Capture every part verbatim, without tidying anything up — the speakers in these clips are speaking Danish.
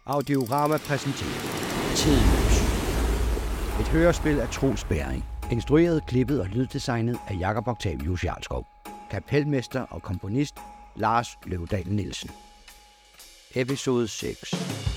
Audiorama præsenterer Tidløs. Et hørespil af Troels Bering. Instrueret, klippet og lyddesignet af Jakob Octavius Jarlskov. Kapelmester og komponist Lars Løvdal Nielsen. Episode seks.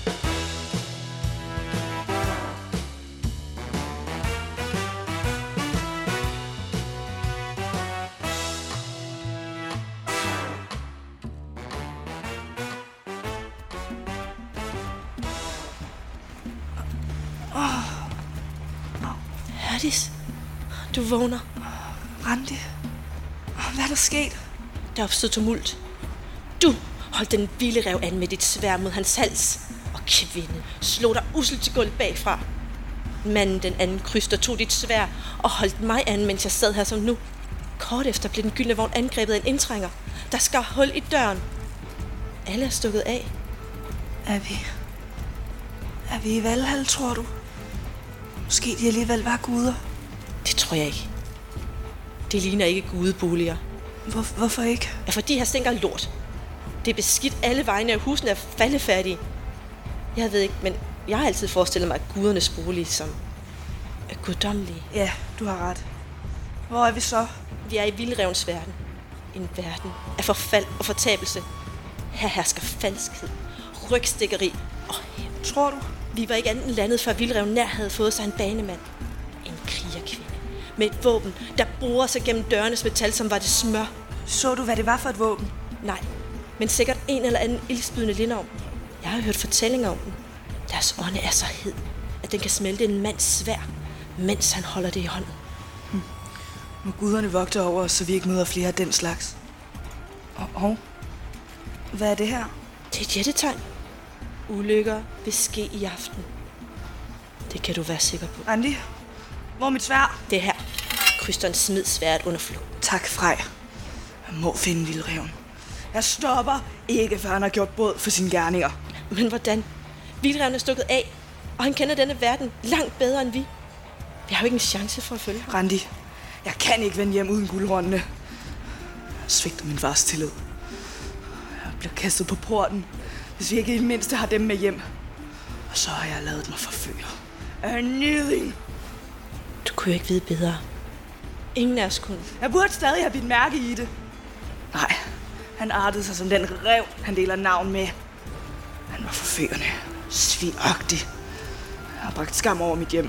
Herdis, du vågner. Randi, hvad er der sket? Der opstod tumult. Du holdt den vilde ræv an med dit sværd mod hans hals, og kvinden slog dig usselt til gulvet bagfra. Manden den anden kryster tog dit sværd og holdt mig an, mens jeg sad her som nu. Kort efter blev den gyldne vogn angrebet af en indtrænger, der skar hul i døren. Alle er stukket af. Er vi... Er vi i Valhall, tror du? Måske de alligevel var guder. Det tror jeg ikke. Det ligner ikke gudeboliger. Hvor, hvorfor ikke? Ja, fordi her stinker lort. Det er beskidt alle vegne, og husene er faldefærdige. Jeg ved ikke, men jeg har altid forestillet mig, at gudernes bolig som er guddommelige. Ja, du har ret. Hvor er vi så? Vi er i vildrevens verden. En verden af forfald og fortabelse. Her hersker falskhed, rygstikkeri og hævn. Tror du? Vi var ikke andet end landet, før vildreven nær havde fået sig en banemand. En krigerkvinde med et våben, der borer sig gennem dørenes metal, som var det smør. Så du, hvad det var for et våben? Nej, men sikkert en eller anden ildspydende lindeovn. Jeg har hørt fortællinger om den. Deres ånde er så hed, at den kan smelte en mands sværd, mens han holder det i hånden. Hm. Må guderne vogte over os, så vi ikke møder flere af den slags. Og, og hvad er det her? Det er et jættetegn. Ulykker vil ske i aften. Det kan du være sikker på. Randi, hvor er mit sværd? Det er her. Krysteren smed sværdet under flugt. Tak, Frej. Jeg må finde vildreven. Jeg stopper ikke, før han har gjort båd for sine gerninger. Men hvordan? Vildreven er stukket af, og han kender denne verden langt bedre end vi. Vi har jo ikke en chance for at følge ham. Randi, jeg kan ikke vende hjem uden guldhornene. Jeg svigter min fars tillid. Jeg bliver kastet på porten, hvis vi ikke i det mindste har dem med hjem. Og så har jeg lavet mig forføre. Af nyding. Du kunne jo ikke vide bedre. Ingen af os kunne. Jeg burde stadig have bidt mærke i det. Nej, han artede sig som den rev, han deler navn med. Han var forførende, svigagtig. Jeg har bragt skam over mit hjem.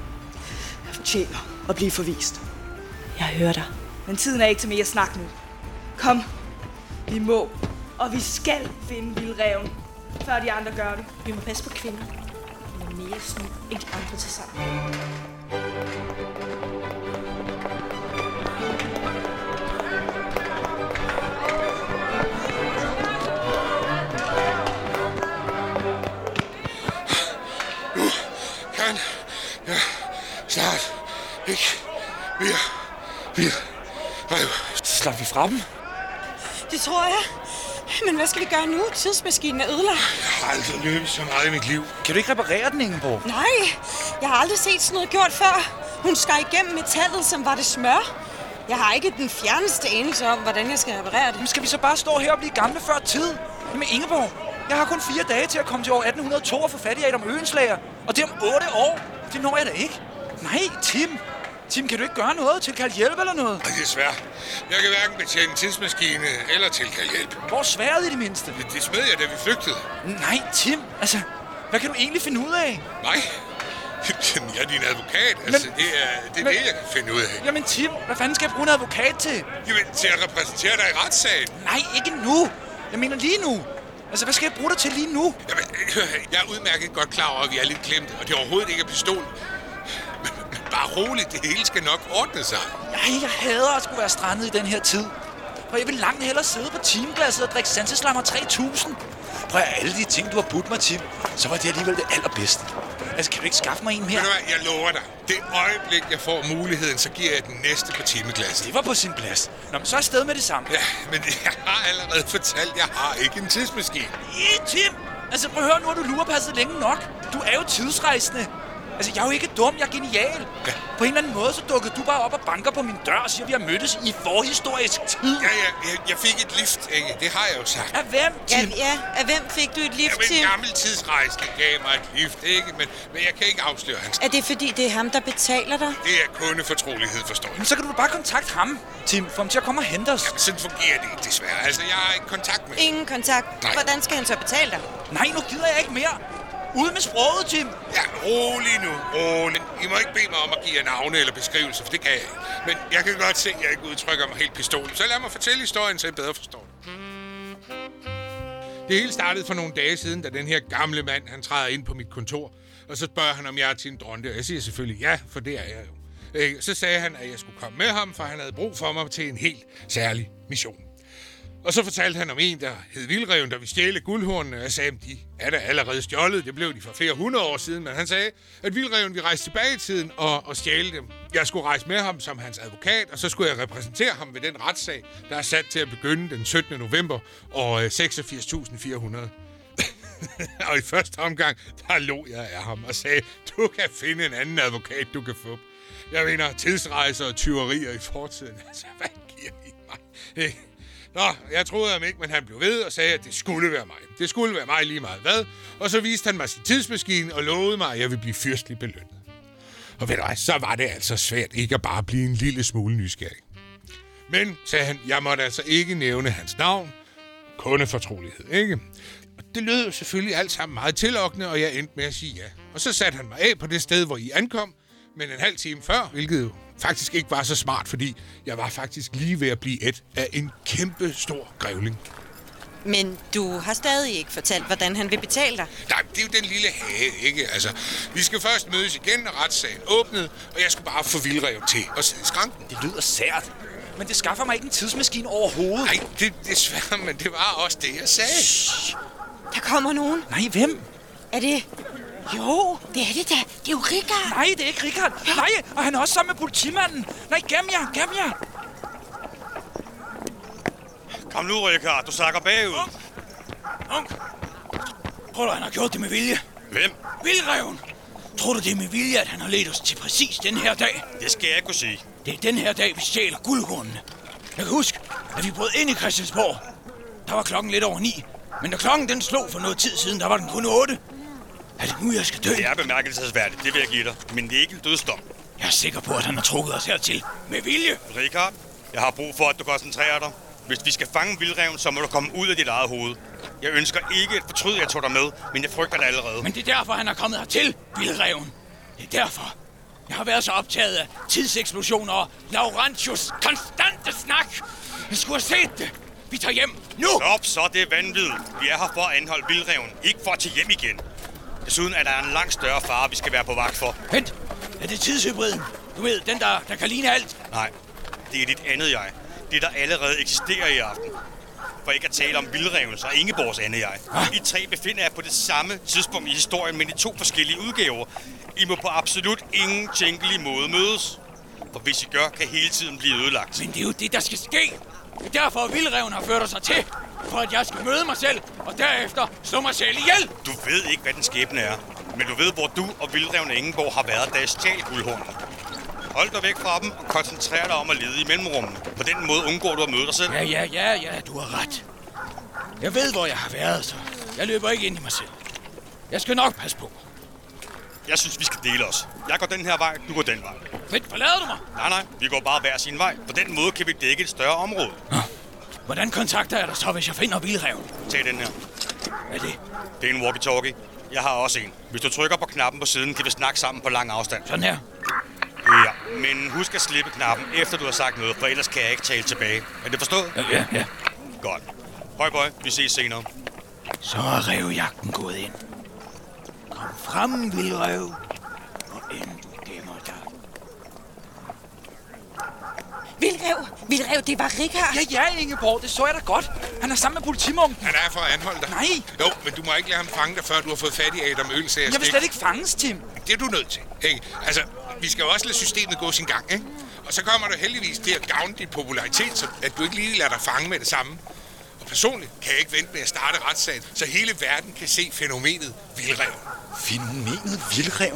Jeg fortjener at blive forvist. Jeg hører dig. Men tiden er ikke til mere snak nu. Kom, vi må, og vi skal finde vildreven, før de andre gør det. Vi må passe på kvinder. Vi er mere snu end de andre til sammen. Nu kan jeg snart ikke mere vildrev. Slap vi fra dem? Det tror jeg. Men hvad skal vi gøre nu? Tidsmaskinen er ødelagt. Jeg har aldrig løbet så meget i mit liv. Kan du ikke reparere den, Ingeborg? Nej, jeg har aldrig set sådan noget gjort før. Hun skar igennem metallet, som var det smør. Jeg har ikke den fjerneste anelse om, hvordan jeg skal reparere det. Men skal vi så bare stå her og blive gamle før tid? Jamen Ingeborg, jeg har kun fire dage til at komme til år atten hundrede og to og få fat i Adam Oehlenschläger. Og det er om otte år. Det når jeg da ikke. Nej, Tim. Tim, kan du ikke gøre noget? Tilkalde hjælp eller noget? Ej, det er svært. Jeg kan hverken betjene en tidsmaskine eller tilkalde hjælp. Hvor er sværdet i det mindste? Det, det smed jeg, da vi flygtede. Nej, Tim. Altså, hvad kan du egentlig finde ud af? Nej. Jeg er din advokat. Altså, men, det er, det, er men, det, jeg kan finde ud af. Jamen Tim, hvad fanden skal jeg bruge en advokat til? Jamen, til at repræsentere dig i retssagen. Nej, ikke nu. Jeg mener lige nu. Altså, hvad skal jeg bruge dig til lige nu? Jamen, jeg er udmærket godt klar over, at vi er lidt glemte, og det er overhovedet ikke er pistol. Men, men bare roligt, det hele skal nok ordne sig. Nej, jeg hader at skulle være strandet i den her tid. For jeg vil langt hellere sidde på timeglasset og drikke Sanseslammer tre tusind. Prøv at alle de ting, du har budt mig, Tim, så var det alligevel det allerbedste. Altså, kan du ikke skaffe mig en mere? Ved du hvad, jeg lover dig. Det øjeblik, jeg får muligheden, så giver jeg den næste på timeglasset. Det var på sin plads. Nå, men så er jeg afsted med det samme. Ja, men jeg har allerede fortalt, jeg har ikke en tidsmaskine. I, Tim! Altså, prøv at høre, nu har du lurepasset længe nok. Du er jo tidsrejsende. Altså, jeg er jo ikke dum, jeg er genial. Ja. På en eller anden måde, så dukkede du bare op og banker på min dør og siger, at vi har mødtes i forhistorisk tid. Ja, ja, jeg, jeg fik et lift, ikke? Det har jeg jo sagt. Af hvem, Ja, Tim? ja, af hvem fik du et lift Ja, til? en gammel tidsrejsende gav mig et lift, ikke? Men, men jeg kan ikke afsløre hans. Er det fordi, det er ham, der betaler dig? Det er kundefortrolighed, forstår jeg. Men så kan du bare kontakte ham, Tim, for ham til at komme og hente os. Jamen, sådan fungerer det ikke, desværre. Altså, jeg har ikke kontakt med. Ingen kontakt. Nej. Hvordan skal han så betale dig? Nej, nu gider jeg ikke mere. Ud med sproget, Tim. Ja, rolig nu. Rolig. I må ikke bede mig om at give jer navne eller beskrivelser, for det kan jeg ikke. Men jeg kan godt se, at jeg ikke udtrykker mig helt pistol. Så lad mig fortælle historien, så I bedre forstår det. Det hele startede for nogle dage siden, da den her gamle mand, han træder ind på mit kontor. Og så spørger han, om jeg er til en dronte. Og jeg siger selvfølgelig ja, for det er jeg jo. Så sagde han, at jeg skulle komme med ham, for han havde brug for mig til en helt særlig mission. Og så fortalte han om en, der hed Vildreven, der ville stjæle guldhornene. Og jeg sagde, at de er da allerede stjålet. Det blev de for flere hundrede år siden. Men han sagde, at Vildreven ville rejse tilbage i tiden og, og stjæle dem. Jeg skulle rejse med ham som hans advokat, og så skulle jeg repræsentere ham ved den retssag, der er sat til at begynde den syttende november og seksogfirs tusind fire hundrede. Og i første omgang, der lå jeg af ham og sagde, du kan finde en anden advokat, du kan få. Jeg mener tidsrejser og tyverier i fortiden. Altså, hvad giver I mig? Nå, jeg troede ham ikke, men han blev ved og sagde, at det skulle være mig. Det skulle være mig lige meget hvad. Og så viste han mig sin tidsmaskine og lovede mig, at jeg ville blive fyrstelig belønnet. Og ved du hvad, så var det altså svært ikke at bare blive en lille smule nysgerrig. Men, sagde han, jeg måtte altså ikke nævne hans navn. Kundefortrolighed, ikke? Og det lød jo selvfølgelig alt sammen meget tillokkende, og jeg endte med at sige ja. Og så satte han mig af på det sted, hvor I ankom, men en halv time før, hvilket jo faktisk ikke var så smart, fordi jeg var faktisk lige ved at blive et af en kæmpe stor grævling. Men du har stadig ikke fortalt, hvordan han vil betale dig. Nej, det er jo den lille hage, ikke? Altså, vi skal først mødes igen, når retssagen åbnede, og jeg skulle bare få Vildreven til at sidde i skranken. Det lyder sært, men det skaffer mig ikke en tidsmaskine overhovedet. Nej, det, det er svært, men det var også det, jeg sagde. Shh. Der kommer nogen. Nej, hvem? Er det... Jo, det er det da. Det er jo Richard. Nej, det er ikke Richard. Nej, og han er også sammen med politimanden. Nej, gem jer, gem jer. Kom nu, Richard. Du sakker bagud. Ung. Ung. Tror du, han har gjort det med vilje? Hvem? Vildreven. Tror du, det er med vilje, at han har ledt os til præcis den her dag? Det skal jeg ikke kunne sige. Det er den her dag, vi stjæler guldhornene. Jeg kan huske, at vi brød ind i Christiansborg. Der var klokken lidt over ni. Men da klokken den slog for noget tid siden, der var den kun otte. Er det nu, jeg skal dø? Det er bemærkelsesværdigt, det vil jeg give dig. Men det er ikke en dødsdom. Jeg er sikker på, at han har trukket os hertil. Med vilje. Richard, jeg har brug for, at du koncentrerer dig. Hvis vi skal fange Vildreven, så må du komme ud af dit eget hoved. Jeg ønsker ikke at fortryde, at jeg tog dig med, men jeg frygter det allerede. Men det er derfor, han er kommet hertil, Vildreven. Det er derfor. Jeg har været så optaget af tidseksplosioner og Laurentius konstante snak. Jeg skulle have set det. Vi tager hjem nu. Stop, så det er vanvittigt. Vi er her for at anholde Vildreven, ikke for at tage hjem igen. Desuden er der en langt større fare, vi skal være på vagt for. Vent. Er det tidshybriden? Du ved, den der, der kan ligne alt. Nej, det er dit andet jeg. Det, der allerede eksisterer i aften. For ikke at tale om Vildrevens og Ingeborgs andet jeg. I tre befinder jer på det samme tidspunkt i historien, men i to forskellige udgaver. I må på absolut ingen tænkelig måde mødes. For hvis I gør, kan hele tiden blive ødelagt. Men det er jo det, der skal ske. Det er derfor, at Vildreven har ført os hertil. For at jeg skal møde mig selv, og derefter slå mig selv ihjel. Du ved ikke, hvad den skæbne er. Men du ved, hvor du og Vildreven og Ingeborg har været, da jeg stjal guldhornene. Hold dig væk fra dem og koncentrer dig om at lede i mellemrummene. På den måde undgår du at møde dig selv. Ja, ja, ja, ja, du har ret. Jeg ved, hvor jeg har været, så jeg løber ikke ind i mig selv. Jeg skal nok passe på. Jeg synes, vi skal dele os. Jeg går den her vej, du går den vej. Fedt, forlader du mig? Nej, nej, vi går bare hver sin vej. På den måde kan vi dække et større område. Nå. Hvordan kontakter jeg dig så, hvis jeg finder Vildreven? Tag den her. Hvad er det? Det er en walkie-talkie. Jeg har også en. Hvis du trykker på knappen på siden, kan vi snakke sammen på lang afstand. Sådan her. Ja, men husk at slippe knappen, efter du har sagt noget, for ellers kan jeg ikke tale tilbage. Er det forstået? Ja, ja, ja. Godt. Høj, boy. Vi ses senere. Så er rævejagten gået ind. Kom frem, Vildrev. Og end du gemmer dig. Vildrev, Vildrev, det var Richard. Ja, ja, Ingeborg, det så jeg da godt. Han er sammen med politimunken. Han er for at anholde dig. Nej. Jo, men du må ikke lade ham fange dig, før du har fået fat i Adam Ølsager. Jeg vil slet ikke fanges, Tim. Det er du nødt til, ikke? Altså, vi skal jo også lade systemet gå sin gang, ikke? Og så kommer du heldigvis til at gavne dit popularitet, så at du ikke lige lader dig fange med det samme. Og personligt kan jeg ikke vente med at starte retssagen, så hele verden kan se fænomenet Vildreven. Fænomenet Vildreven?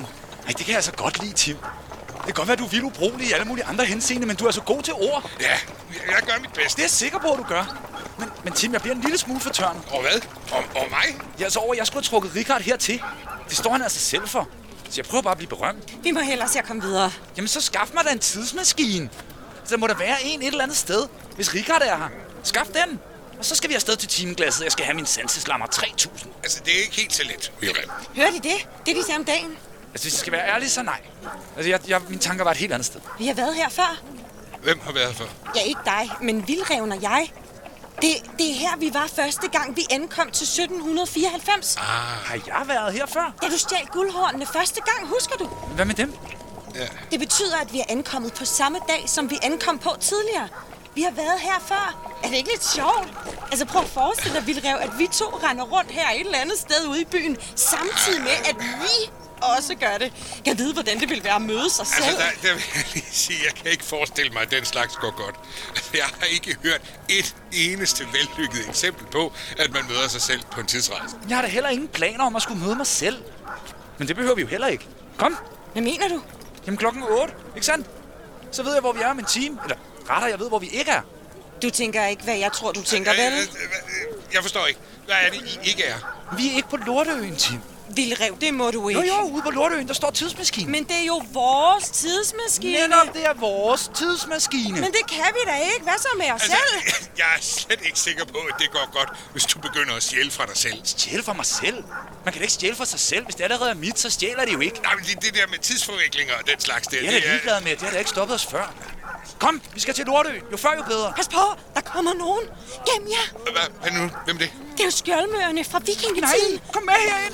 Nej, det kan jeg altså godt lide, Tim. Det kan godt være, at du er vildt ubrugelig i alle mulige andre henseende, men du er så god til ord. Ja, jeg gør mit bedste. Det er jeg sikker på, at du gør. Men, men Tim, jeg bliver en lille smule fortørnet. Og hvad? Om, om mig? Ja, altså over, at jeg skulle have trukket Richard hertil. Det står han altså selv for. Så jeg prøver bare at blive berømt. Vi må hellere se at komme videre. Jamen, så skaff mig da en tidsmaskine. Så der må der være en et eller andet sted, hvis Richard er her. Skaff den. Og så skal vi afsted til timeglasset. Jeg skal have min sanseslammer tre tusind. Altså, det er ikke helt så let, Vilhelm. Hørte I det? Det de sagde om dagen. Altså, hvis jeg skal være ærlig, så nej. Altså, jeg, jeg, mine tanker var et helt andet sted. Vi har været her før. Hvem har været her før? Ja, ikke dig, men Vildreven og jeg. Det, det er her, vi var første gang, vi ankom til sytten fireoghalvfems. Ah, Har jeg været her før? Da du stjal guldhornene første gang, husker du? Hvad med dem? ja. Det betyder, at vi er ankommet på samme dag, som vi ankom på tidligere. Vi har været her før. Er det ikke lidt sjovt? Altså prøv at forestille dig, Vildrev, at vi to render rundt her et eller andet sted ude i byen, samtidig med, at vi også gør det. Jeg ved, hvordan det vil være at møde sig selv. Altså, der, der vil jeg lige sige, jeg kan ikke forestille mig, at den slags går godt. Jeg har ikke hørt et eneste vellykket eksempel på, at man møder sig selv på en tidsrejse. Jeg har da heller ingen planer om at skulle møde mig selv. Men det behøver vi jo heller ikke. Kom. Hvad mener du? Jamen klokken otte, ikke sandt? Så ved jeg, hvor vi er om en time. Eller rettere, jeg ved, hvor vi ikke er. Du tænker ikke, hvad jeg tror, du tænker, Øh, vel? øh, øh, Jeg forstår ikke. Hvad er det, I ikke er? Vi er ikke på Lorteøen, Tim. Vildrev, det må du ikke. Jo, jo, ude på Lorteøen, der står tidsmaskinen. Men det er jo vores tidsmaskine. Netop, det er vores tidsmaskine. Men det kan vi da ikke. Hvad så med os Altså, selv? jeg er slet ikke sikker på, at det går godt, hvis du begynder at stjæle fra dig selv. Stjæle fra mig selv? Man kan da ikke stjæle fra sig selv. Hvis det allerede er mit, så stjæler det jo ikke. Nej, men det, det der med tidsforviklinger og den slags der, Jeg er da ligeglad med, det har da ikke stoppet os før. Kom, vi skal til Lorteøen. Jo før, jo bedre. Pas på, der kommer nogen. Gem jer. Hvad, hvad nu? Hvem er det? Det er jo skjoldmøerne fra vikingetiden. Nej, kom med herind.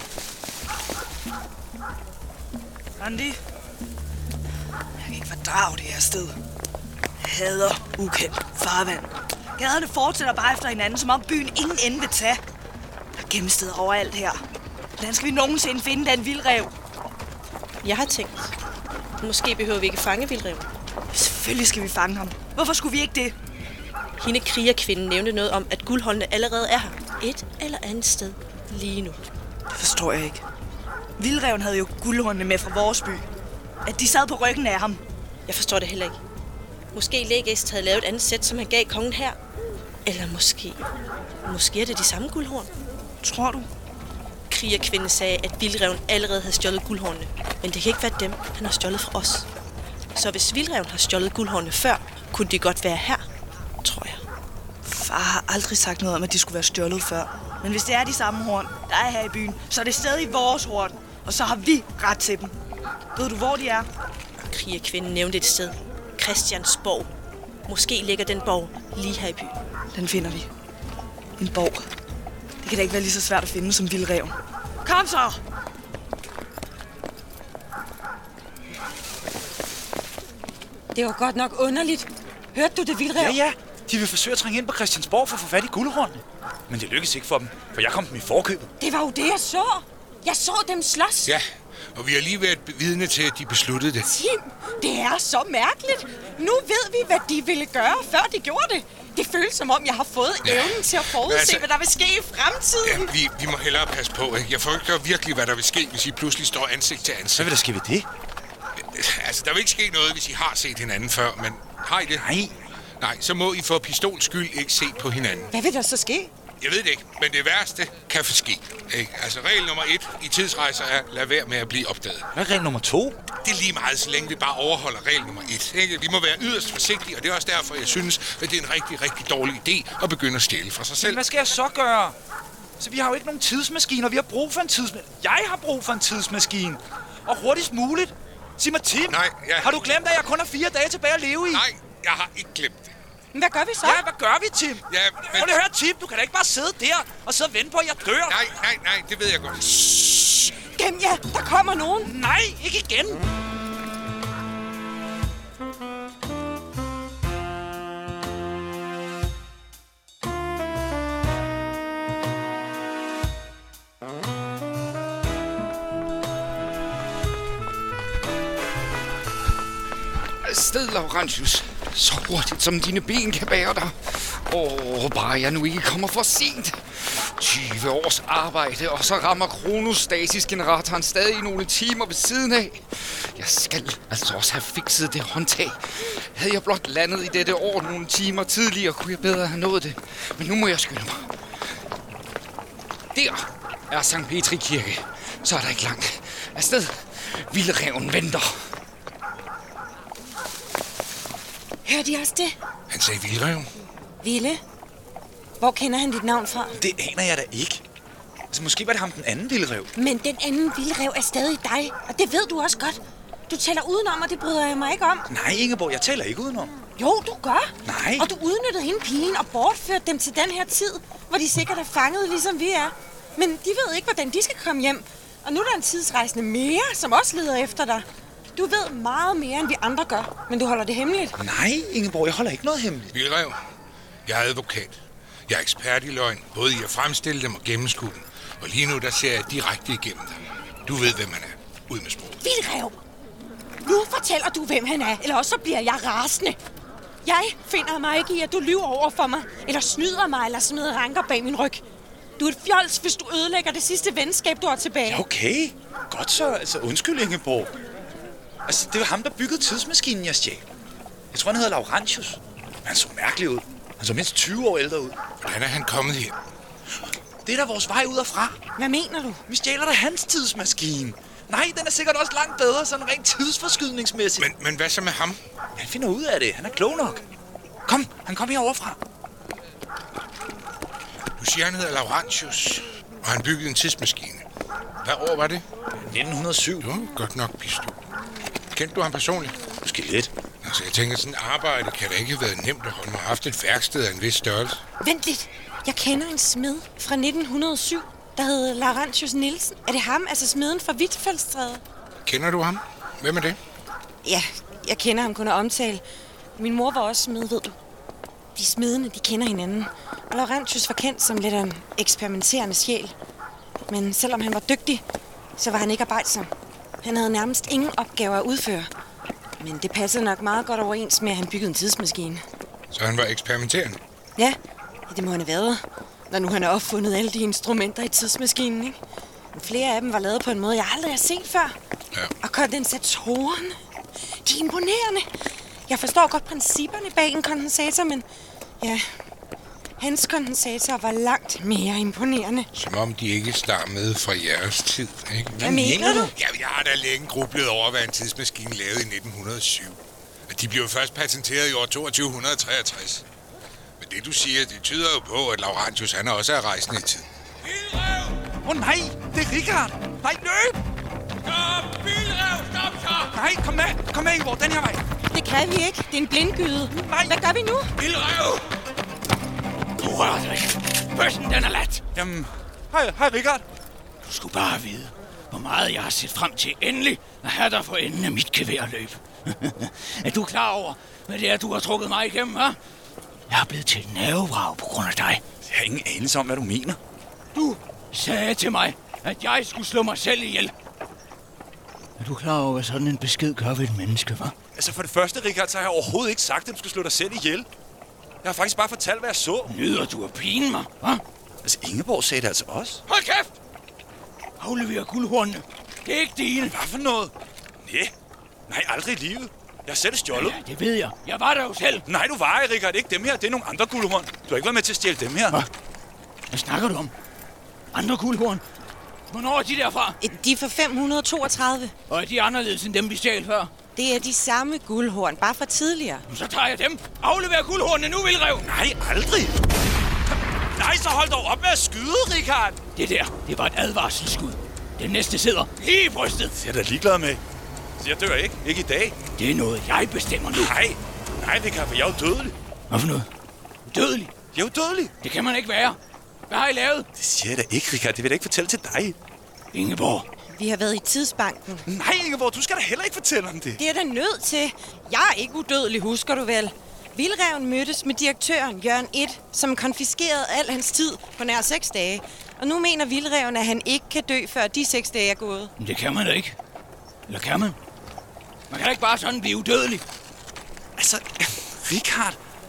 Andy, jeg kan ikke fordrage det her sted. Jeg hader ukendt farvand. Gaderne fortsætter bare efter hinanden, som om byen ingen ende vil tage. Der er gemmesteder overalt her. Hvordan skal vi nogensinde finde den vildrev? Jeg har tænkt, måske behøver vi ikke fange Vildreven. Selvfølgelig skal vi fange ham. Hvorfor skulle vi ikke det? Hende krigerkvinden nævnte noget om, at guldhåndene allerede er her. Et eller andet sted lige nu. Det forstår jeg ikke. Vildreven havde jo guldhornene med fra vores by. At de sad på ryggen af ham. Jeg forstår det heller ikke. Måske Lægæst havde lavet et andet sæt, som han gav kongen her. Eller måske... Måske er det de samme guldhorn. Tror du? Krigerkvinden sagde, at Vildreven allerede havde stjålet guldhornene. Men det kan ikke være dem, han har stjålet fra os. Så hvis Vildreven har stjålet guldhornene før, kunne det godt være her, tror jeg. Far har aldrig sagt noget om, at de skulle være stjålet før. Men hvis det er de samme horn, der er her i byen, så er det stadig vores horn. Og så har vi ret til dem. Ved du, hvor de er? Krigerkvinden nævnte et sted. Christiansborg. Måske ligger den borg lige her i byen. Den finder vi. En borg. Det kan da ikke være lige så svært at finde som Vildreven. Kom så! Det var godt nok underligt. Hørte du det, Vildrev? Ja, ja. De vil forsøge at trænge ind på Christiansborg for at få fat i guldhornene. Men det lykkedes ikke for dem, for jeg kom dem i forkøbet. Det var jo det, jeg så. Jeg så dem slås. Ja, og vi har lige været vidne til, at de besluttede det. Tim, det er så mærkeligt. Nu ved vi, hvad de ville gøre, før de gjorde det. Det føles som om, jeg har fået ja. evnen til at forudse, altså, hvad der vil ske i fremtiden. Ja, vi, vi må hellere passe på, ikke? Jeg frygter virkelig, hvad der vil ske, hvis I pludselig står ansigt til ansigt. Hvad vil der ske ved det? Altså, der vil ikke ske noget, hvis I har set hinanden før, men har I det? Nej. Nej, så må I for pistols skyld ikke se på hinanden. Hvad vil der så ske? Jeg ved det ikke, men det værste kan ske. Ikke? Altså, regel nummer et i tidsrejser er, lad være med at blive opdaget. Hvad er regel nummer to? Det er lige meget, så længe vi bare overholder regel nummer et. Ikke? Vi må være yderst forsigtige, og det er også derfor, jeg synes, at det er en rigtig, rigtig dårlig idé at begynde at stjæle fra sig selv. Men hvad skal jeg så gøre? Så vi har jo ikke nogen tidsmaskine, og vi har brug for en tidsmaskine. Jeg har brug for en tidsmaskine. Og hurtigst muligt. Sig mig, Tim. Nej, ja. Har du glemt, at jeg kun har fire dage tilbage at leve i? Nej, jeg har ikke glemt det. Men hvad gør vi så? Ja, hvad gør vi, Tim? Ja, men... Prøv lige at høre, Tim. Du kan da ikke bare sidde der og sidde og vente på, at jeg dør. Nej, nej, nej, det ved jeg godt. Shhh. Gem jer, der kommer nogen. Nej, ikke igen. Afsted, Laurentius. Så hurtigt, som dine ben kan bære dig. Åh, oh, bare jeg nu ikke kommer for sent. tyve års arbejde, og så rammer kronostasisgeneratoren stadig nogle timer ved siden af. Jeg skal altså også have fikset det håndtag. Havde jeg blot landet i dette år nogle timer tidligere, kunne jeg bedre have nået det. Men nu må jeg skynde mig. Der er Sankt Petri Kirke. Så er der ikke langt. Afsted. Vildreven venter. Hørte de også det? Han sagde vildreven. Ville? Hvor kender han dit navn fra? Det aner jeg da ikke. Altså, måske var det ham den anden vildrev. Men den anden vildrev er stadig dig, og det ved du også godt. Du taler udenom, og det bryder jeg mig ikke om. Nej, Ingeborg, jeg taler ikke udenom. Jo, du gør. Nej. Og du udnyttede hende pigen og bortførte dem til den her tid, hvor de sikkert er fanget, ligesom vi er. Men de ved ikke, hvordan de skal komme hjem. Og nu er der en tidsrejsende mere, som også leder efter dig. Du ved meget mere, end vi andre gør, men du holder det hemmeligt. Nej, Ingeborg, jeg holder ikke noget hemmeligt. Vildrev, jeg er advokat. Jeg er ekspert i løgn, både i at fremstille dem og gennemskue dem. Og lige nu, der ser jeg direkte igennem dig. Du ved, hvem han er. Ud med sprog. Vildrev! Nu fortæller du, hvem han er, eller også så bliver jeg rasende. Jeg finder mig ikke i, at du lyver over for mig, eller snyder mig, eller smider ranker bag min ryg. Du er et fjols, hvis du ødelægger det sidste venskab, du har tilbage. Ja, okay. Godt så. Altså, undskyld, Ingeborg. Altså, det var ham, der byggede tidsmaskinen, jeg stjal. Jeg tror, han hedder Laurentius. Han så mærkelig ud. Han så mindst tyve år ældre ud. Hvordan er han kommet hjem? Det er da vores vej ud og fra. Hvad mener du? Vi stjæler da hans tidsmaskine. Nej, den er sikkert også langt bedre, sådan rent tidsforskydningsmæssigt. Men, men hvad så med ham? Han finder ud af det. Han er klog nok. Kom, han kom heroverfra. Du siger, han hedder Laurentius, og han byggede en tidsmaskine. Hvad år var det? nitten hundrede og syv. Jo, godt nok pistol. Kendte du ham personligt? Måske lidt. Altså, jeg tænker, sådan et arbejde kan da ikke have været nemt at holde mig. Haft et værksted af en vis størrelse. Vent lidt. Jeg kender en smed fra nitten hundrede og syv, der hed Laurentius Nielsen. Er det ham, altså smeden fra Hvitfeldtstræde? Kender du ham? Hvem er det? Ja, jeg kender ham kun at omtale. Min mor var også smed, ved du. De smedene, de kender hinanden. Og Laurentius var kendt som lidt af en eksperimenterende sjæl. Men selvom han var dygtig, så var han ikke arbejdsom. Han havde nærmest ingen opgaver at udføre. Men det passede nok meget godt overens med, at han byggede en tidsmaskine. Så han var eksperimenterende? Ja, det må han have været. Når nu han har opfundet alle de instrumenter i tidsmaskinen, ikke? Men flere af dem var lavet på en måde, jeg aldrig har set før. Ja. Og kondensatorerne, de er imponerende. Jeg forstår godt principperne bag en kondensator, men ja, hans kondensator var langt mere imponerende. Som om de ikke stammede fra jeres tid, ikke? Hvad mener du? Ja, jeg har da længe grublet over, hvad en tidsmaskine lavede i nitten hundrede og syv. Og de blev først patenteret i år toogtyve treogtres. Men det, du siger, det tyder jo på, at Laurentius, han også er rejsende i tid. Åh oh, nej, det er Richard. Nej, løb! Stop! Vildrev, stop så! Nej, kom med. Kom med, Ingeborg, den her vej. Det kan vi ikke. Det er en blindgyde. Nej. Hvad gør vi nu? Vildrev! Du rører dig ikke. Bøssen, den er lat. Jamen, hej, hej Richard. Du skulle bare vide, hvor meget jeg har set frem til endelig at have dig for enden af mit geværløb. Er du klar over, hvad det er, du har trukket mig igennem, hva'? Jeg er blevet til et nervevrag på grund af dig. Jeg har ingen anelse om, hvad du mener. Du sagde til mig, at jeg skulle slå mig selv ihjel. Er du klar over, hvad sådan en besked gør ved et menneske, hva'? Altså for det første, Richard, så har jeg overhovedet ikke sagt, at du skal slå dig selv ihjel. Jeg har faktisk bare fortalt, hvad jeg så. Nyder du at pine mig, hva'? Altså Ingeborg sagde det altså også. Hold kæft! Aflever guldhornene. Det er ikke dine. Hvad for noget? Nej, nej, aldrig i livet. Jeg har selv stjålet. Ja, det ved jeg. Jeg var der jo selv. Nej, du var ikke, Richard. Ikke dem her. Det er nogle andre guldhorn. Du har ikke været med til at stjæle dem her. Hvad? Hvad snakker du om? Andre guldhorn? Hvornår er de derfra? De er fra fem hundrede toogtredive. Og er de anderledes end dem, vi stjal før? Det er de samme guldhorn, bare fra tidligere. Så tager jeg dem. Aflever guldhornene nu, Vildrev. Nej, aldrig. Nej, så hold dog op med at skyde, Richard. Det der, det var et advarselsskud. Den næste sidder lige i brystet. Det er da ligeglad med. Så jeg dør ikke. Ikke i dag. Det er noget, jeg bestemmer nu. Nej, nej, Richard, for jeg er jo dødelig. Hvad for noget? Dødelig? Jeg er jo dødelig. Det kan man ikke være. Hvad har I lavet? Det siger jeg da ikke, Richard. Det vil jeg da ikke fortælle til dig. Ingeborg. Vi har været i tidsbanken. Nej, Ingeborg, du skal da heller ikke fortælle om det. Det er da nødt til. Jeg er ikke udødelig, husker du vel? Vildreven mødtes med direktøren Jørgen et, som konfiskerede al hans tid på nær seks dage. Og nu mener Vildreven, at han ikke kan dø, før de seks dage er gået. Men det kan man da ikke. Eller kan man? Man kan da ikke bare sådan blive udødelig. Altså, Richard,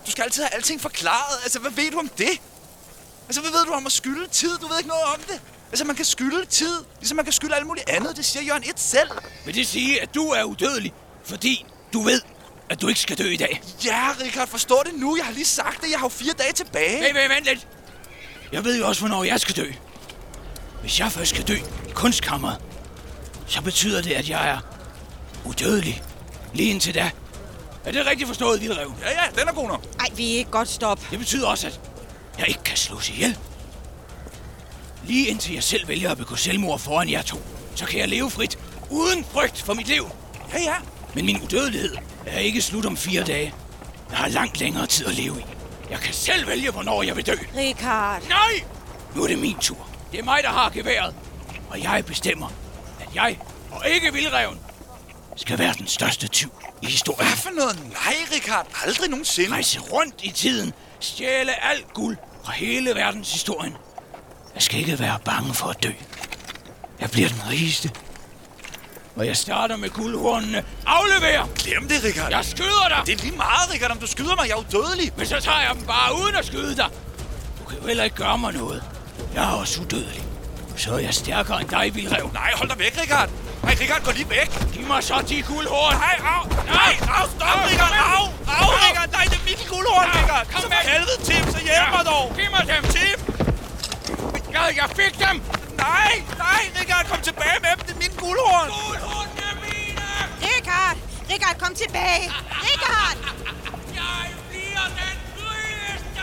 Du skal altid have alting forklaret. Altså, hvad ved du om det? Altså, hvad ved du om at skylde tid? Du ved ikke noget om det. Altså, man kan skylde tid, ligesom man kan skylde alt muligt andet. Det siger Jørgen et selv. Vil det sige, at du er udødelig, fordi du ved, at du ikke skal dø i dag? Ja, Richard, forstår det nu. Jeg har lige sagt det. Jeg har jo fire dage tilbage. Hey, vent lidt. Jeg ved jo også, hvornår jeg skal dø. Hvis jeg først skal dø i kunstkammeret, så betyder det, at jeg er udødelig. Lige indtil da. Er det rigtigt forstået, Vildrev? Ja, ja, den er god nok. Ej, vi er ikke godt stop. Det betyder også, at jeg ikke kan slås ihjel. Lige indtil jeg selv vælger at begå selvmord foran jer to, så kan jeg leve frit, uden frygt for mit liv. Ja, ja. Men min udødelighed er ikke slut om fire dage. Jeg har langt længere tid at leve i. Jeg kan selv vælge, hvornår jeg vil dø. Richard. Nej! Nu er det min tur. Det er mig, der har geværet. Og jeg bestemmer, at jeg, og ikke Vildreven, skal være den største tyv i historien. Hvad for noget? Nej, Richard. Aldrig nogensinde. Rejse rundt i tiden. Stjæle alt guld fra hele verdenshistorien. Jeg skal ikke være bange for at dø. Jeg bliver den rigeste. Og jeg starter med guldhornene. Aflever! Glem det, Richard. Jeg skyder dig! Det er lige meget, Richard, om du skyder mig. Jeg er udødelig. Men så tager jeg dem bare uden at skyde dig. Du kan jo heller ikke gøre mig noget. Jeg er også udødelig. Så er jeg stærkere end dig, Vildrev. Nej, hold dig væk, Richard. Nej, Richard, gå lige væk. Giv mig så de guldhorn. Nej, au. Nej, au, stop, Richard. Au, au, Richard. Nej, det er mit guldhorn, Richard. Kom så med. for helvede, Tim, så hjælp mig dog. Giv mig dem. Tim. Ja, jeg fik dem. Nej, nej, Richard, kom tilbage med dem. Det er min guldhorn. Guldhorn er mine. Richard! Richard, kom tilbage! Richard! Jeg bliver den rigeste.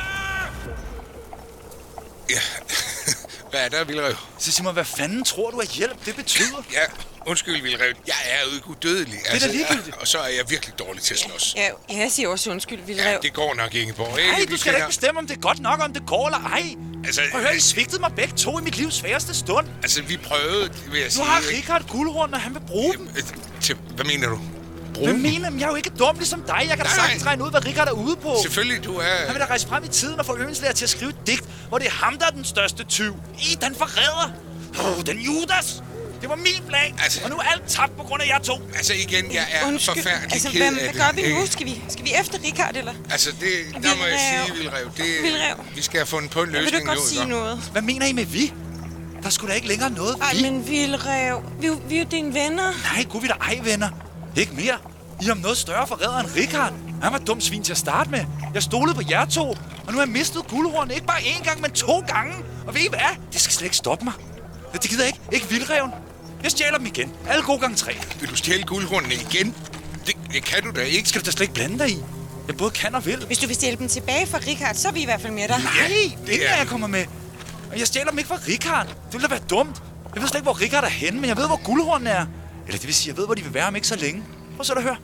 Ja, hvad er der, Vildrev? Så sig mig, hvad fanden tror du, at hjælp det betyder? Ja, undskyld, Vildrev. Jeg er jo ikke udødelig. Det er da ligegyldigt. Og så er jeg virkelig dårlig til at slås. Ja, jeg siger også undskyld, Vildrev. Ja, det går nok, Ingeborg. Ikke? Nej, Vi du skal da ikke kender- bestemme, om det er godt nok, om det går eller ej. Altså, Prøv at høre, I svigtede mig begge to i mit livs sværeste stund. Altså, vi prøvede, vil jeg Nu sige. har ikke? Richard guldhorn, og han vil bruge dem. Øh, til- Hvad mener du? Brug Hvad dem? mener du? Jeg er jo ikke dum ligesom dig. Jeg kan da Nej, sagtens nej. regne ud, hvad Richard er ude på. Selvfølgelig, du er... Han vil da rejse frem i tiden og få Øenslæger til at skrive et digt, hvor det er ham, der er den største tyv. I, den forræder. Åh, oh, den Judas. Det var min plan, Altså- og nu er alt tabt på grund af jer to. Altså igen, jeg er Undskyld. forfærdelig Altså, ked hvad, af hvad det. gør vi ikke? nu? Skal vi, skal vi efter Richard, eller? Altså, det, der må jeg Vildrev. sige, Vildrev, det, Vildrev. vi skal have fundet på en Vil løsning du godt nu, sige ikke? noget? Hvad mener I med vi? Der skulle da ikke længere noget Ej, vi. men Vildrev, vi, er jo- vi er jo dine venner. Nej, gud vi da ej, venner. Ikke mere. I er om noget større forræder end Richard. Han var dum svin til at starte med. Jeg stolede på jer to, og nu har jeg mistet guldhorn. Ikke bare én gang, men to gange. Og ved I hvad? Det skal slet ikke stoppe mig. Det gider jeg ikke. Ikke Vildreven. Jeg stjæler dem igen. Alle gode gange tre. Vil du stjæle guldhornene igen? Det, det kan du da ikke. Skal du da slet ikke blande dig i? Jeg både kan og vil. Hvis du vil stjæle dem tilbage fra Richard, så er vi i hvert fald med dig. Nej, det det er er- der, jeg kommer med. Og jeg stjæler dem ikke fra Richard. Det ville da være dumt. Jeg ved slet ikke, hvor Richard er henne, men jeg ved, hvor guldhornene er. Eller det vil sige, jeg ved, hvor de vil være om ikke så længe. Prøv så at høre.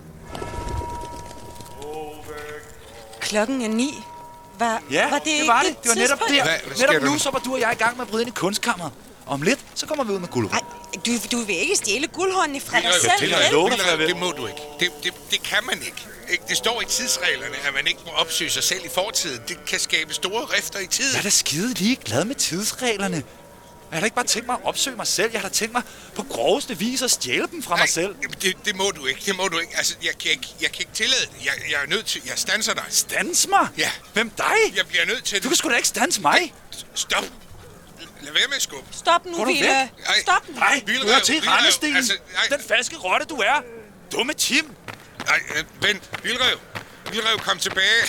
Klokken er ni. Var, Ja, var det, det ikke var det. Det var netop tidspunkt? der. Hvad- hvad sker Netop der nu, nu? så var du og jeg i gang med at bryde ind i kunstkammeret. Om lidt, så kommer vi ud med guldhorn. Ej, du, du vil ikke stjæle guldhornene fra dig Vildrev, selv, det kan vel? jeg love dig, Vildrev, for jeg det må du ikke. Det, det, det kan man ikke. ikke. Det står i tidsreglerne, at man ikke må opsøge sig selv i fortiden. Det kan skabe store rifter i tiden. Jeg er da skide lige glad med tidsreglerne. Jeg har da ikke bare tænkt mig at opsøge mig selv. Jeg har da tænkt mig på groveste vis at stjæle dem fra Nej, mig selv. Det, det må du ikke. Det må du ikke. Altså, jeg kan ikke, jeg kan ikke tillade det. Jeg, jeg er nødt til... Jeg standser dig. Stans mig? Ja. Hvem dig? Jeg bliver nødt til Du det. kan sgu da ikke standse mig. Stop. Lad være med at skubbe. Stop nu, Går du Ville. væk? Ej. Stop nu. Nej, Vildrev, du er til Vildrev, rendestenen. altså, nej. Den falske rotte, du er. Dumme Tim. Nej, øh, vent. Vildrev. Vildrev, kom tilbage.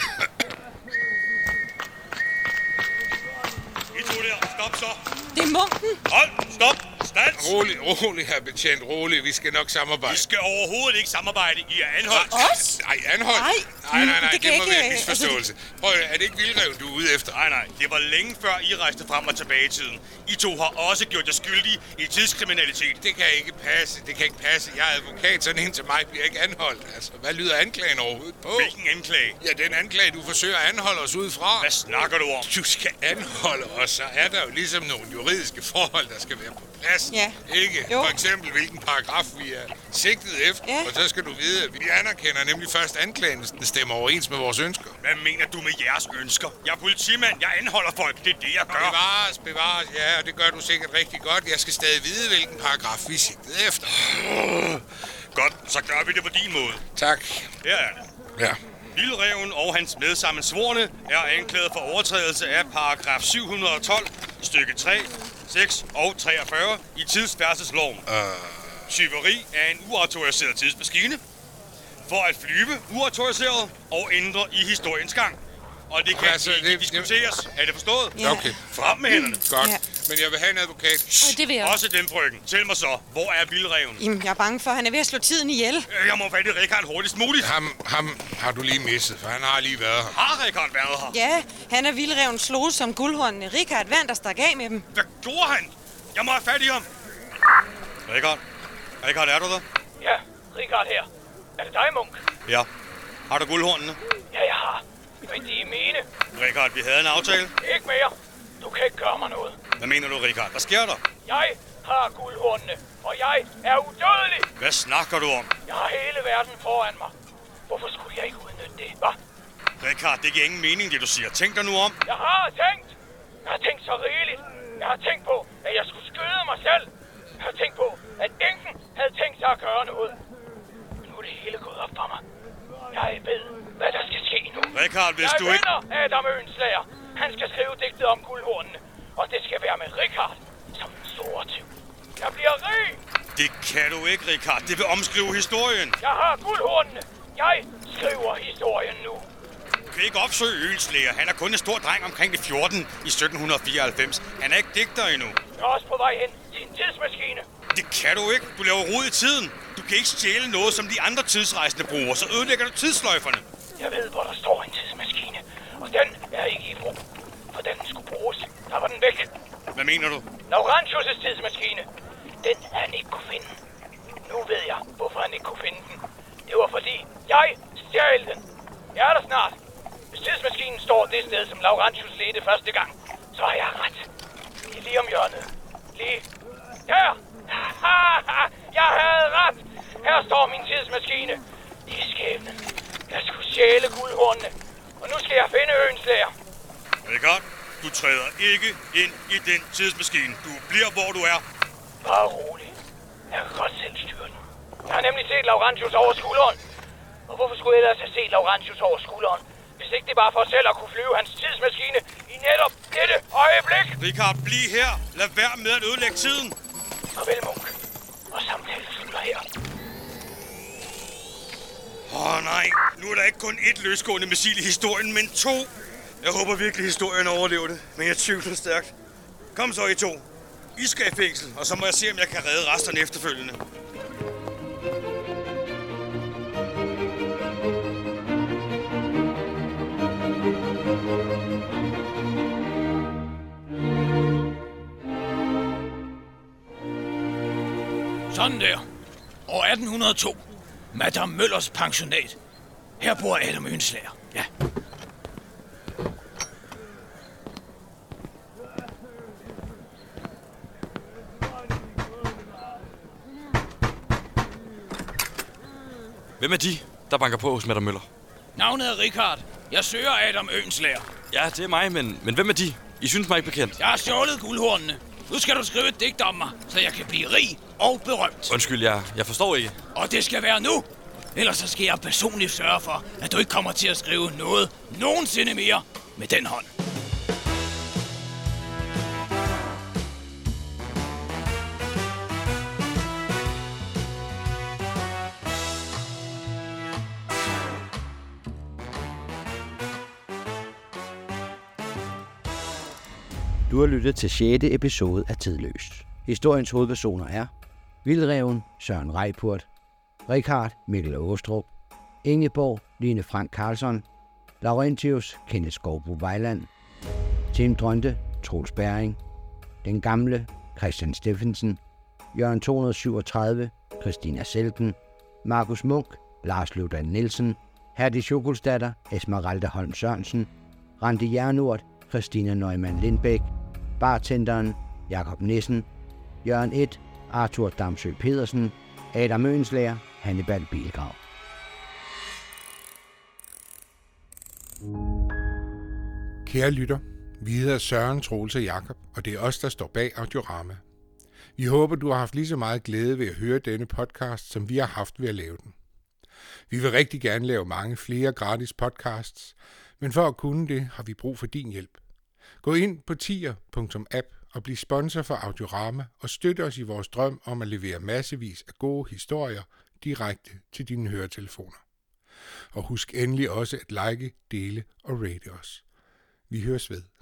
I to der, stop så. Det er munken. Hold, stop, stands. Rolig, rolig, herr betjent. Rolig. Vi skal nok samarbejde. I skal overhovedet ikke samarbejde. I er anholdt. Os? Nej, anhold. Nej. nej, nej, nej. Det Det, kan det må ikke, være en altså, misforståelse. Prøv at, er det ikke Vildrev, du er ude efter? Nej, nej. Det var længe før I rejste frem og tilbage i tiden. I to har også gjort jer skyldige i tidskriminalitet. Det kan ikke passe. Det kan ikke passe. Jeg er advokat. Sådan en til mig bliver ikke anholdt. Altså, hvad lyder anklagen overhovedet på? Hvilken anklage? Ja, den anklage, du forsøger at anholde os ud fra. Hvad snakker du om? Du skal anholde os, så er der jo ligesom nogle juridiske forhold, der skal være på plads. Ja. Ikke? Jo. For eksempel, hvilken paragraf vi er sigtet efter. Ja. Og så skal du vide, at vi anerkender nemlig først anklagen, hvis den stemmer overens med vores ønsker. Hvad mener du med jeres ønsker? Jeg er politimand. Jeg anholder folk. Det er det, jeg gør. Bevares, bevares, ja, og det gør du sikkert rigtig godt. Jeg skal stadig vide, hvilken paragraf vi er sigtet efter. Godt, så gør vi det på din måde. Tak. Her er det. Ja. Vildreven og hans medsammensvorne er anklaget for overtrædelse af paragraf syv hundrede og tolv, stykke tre, seks og treogfyrre i tidsfærdselsloven. Uh. Tyveri af en uautoriseret tidsmaskine. For at flyve uautoriseret og ændre i historiens gang. Og det kan altså ikke det, diskuteres. Det... Er det forstået? Ja. Okay. Frem med hænderne. Godt. Ja. Men jeg vil have en advokat. Og det vil jeg. Også den, frøken. Tæl mig så. Hvor er vildreven? Jamen, jeg er bange for, at han er ved at slå tiden ihjel. Jeg må fatte Richard hurtigst muligt. Ham, ham har du lige misset, for han har lige været her. Har Richard været her? Ja, han er vildreven slået som guldhornene. Richard vandt og stak af med dem. Hvad gjorde han? Jeg må have fat i ham. Richard? Richard, er du der? Ja, Richard her. Er det dig, Munk? Ja. Har du guldhornene? Ja, jeg har. Men de er mine. Richard, vi havde en aftale. Ikke mere. Du kan ikke gøre mig noget. Hvad mener du, Richard? Hvad sker der? Jeg har guldhornene, og jeg er udødelig. Hvad snakker du om? Jeg har hele verden foran mig. Hvorfor skulle jeg ikke udnytte det, hva? Richard, det giver ingen mening, det du siger. Tænk dig nu om. Jeg har tænkt. Jeg har tænkt så rigeligt. Jeg har tænkt på, at jeg skulle skyde mig selv. Jeg har tænkt på, at ingen havde tænkt sig at gøre noget. Men nu er det hele gået op for mig. Jeg ved, hvad der skal ske nu. Richard, hvis jeg du ikke... Jeg vinder Adam Øenslager. Han skal skrive digtet om guldhornene. Og det skal være med Richard som den store tyv. Jeg bliver rig. Det kan du ikke, Richard. Det vil omskrive historien. Jeg har guldhornene. Jeg skriver historien nu. Du kan ikke opsøge Øenslager. Han er kun en stor dreng omkring de fjorten i sytten fireoghalvfems. Han er ikke digter endnu. Jeg er også på vej hen til en tidsmaskine. Det kan du ikke. Du laver rod i tiden. Du kan ikke stjæle noget, som de andre tidsrejsende bruger. Så ødelægger du tidsløjferne. Jeg ved, hvor der står en tidsmaskine. Og den er ikke i brug. For den skulle bruges. Der var den væk. Hvad mener du? Laurentius' tidsmaskine. Den han ikke kunne finde. Nu ved jeg, hvorfor han ikke kunne finde den. Det var fordi, jeg stjal den. Jeg er der snart. Hvis tidsmaskinen står det sted, som Laurentius ledte første gang, så har jeg ret. Det er lige om hjørnet. Lige her. Jeg havde ret. Her står min tidsmaskine. Det er skæbnen. Jeg skulle stjæle guldhornene. Og nu skal jeg finde Øenslager. Richard, du træder ikke ind i den tidsmaskine. Du bliver, hvor du er. Bare rolig. Jeg kan godt selv styre den. Jeg har nemlig set Laurentius over skulderen. Og hvorfor skulle jeg ellers have set Laurentius over skulderen? Hvis ikke det var for selv at kunne flyve hans tidsmaskine i netop dette øjeblik. Richard, bliv her. Lad være med at ødelægge tiden. Farvel, Munk. Og samtalen slutter her. Åh oh, nej, nu er der ikke kun ét løsgående missil i historien, men to. Jeg håber virkelig, historien overlever det, men jeg tvivler stærkt. Kom så, I to. I skal i fængsel, og så må jeg se, om jeg kan redde resterne efterfølgende. Sådan der. År atten hundrede og to. Madame Møllers pensionat. Her bor Adam Øenslager. Ja. Hvem er de, der banker på hos Madame Møller? Navnet er Richard. Jeg søger Adam Øenslager. Ja, det er mig, men, men hvem er de? I synes mig ikke bekendt. Jeg har stjålet guldhornene. Nu skal du skrive et digt om mig, så jeg kan blive rig og berømt. Undskyld, jeg, jeg forstår ikke. Og det skal være nu. Ellers så skal jeg personligt sørge for, at du ikke kommer til at skrive noget nogensinde mere med den hånd. Du har lyttet til sjette episode af Tidløst. Historiens hovedpersoner er Vildreven Søren Reipurt, Richard Mikkel Aastrup, Ingeborg Line Frank Carlsson, Laurentius Kenneth Skovbo Vejland, Tim Dronte Troels Bering, Den Gamle Christian Steffensen, Jørgen to hundrede syvogtredive Christina Selken, Markus Munk Lars Løvdal Nielsen, Herdi Schokolsdatter Esmeralda Holm Sørensen, Randi Jernort Christina Neumann Lindbæk, Bartenderen Jakob Nissen, Jørgen et Arthur Damsø Pedersen, Adam Øenslager Hannibal Bilgrav. Kære lytter, vi hedder Søren, Troels og Jakob, og det er os, der står bag Audiorama. Vi håber, du har haft lige så meget glæde ved at høre denne podcast, som vi har haft ved at lave den. Vi vil rigtig gerne lave mange flere gratis podcasts, men for at kunne det, har vi brug for din hjælp. Gå ind på tier punktum app og bliv sponsor for Audiorama og støt os i vores drøm om at levere massevis af gode historier direkte til dine høretelefoner. Og husk endelig også at like, dele og rate os. Vi høres ved.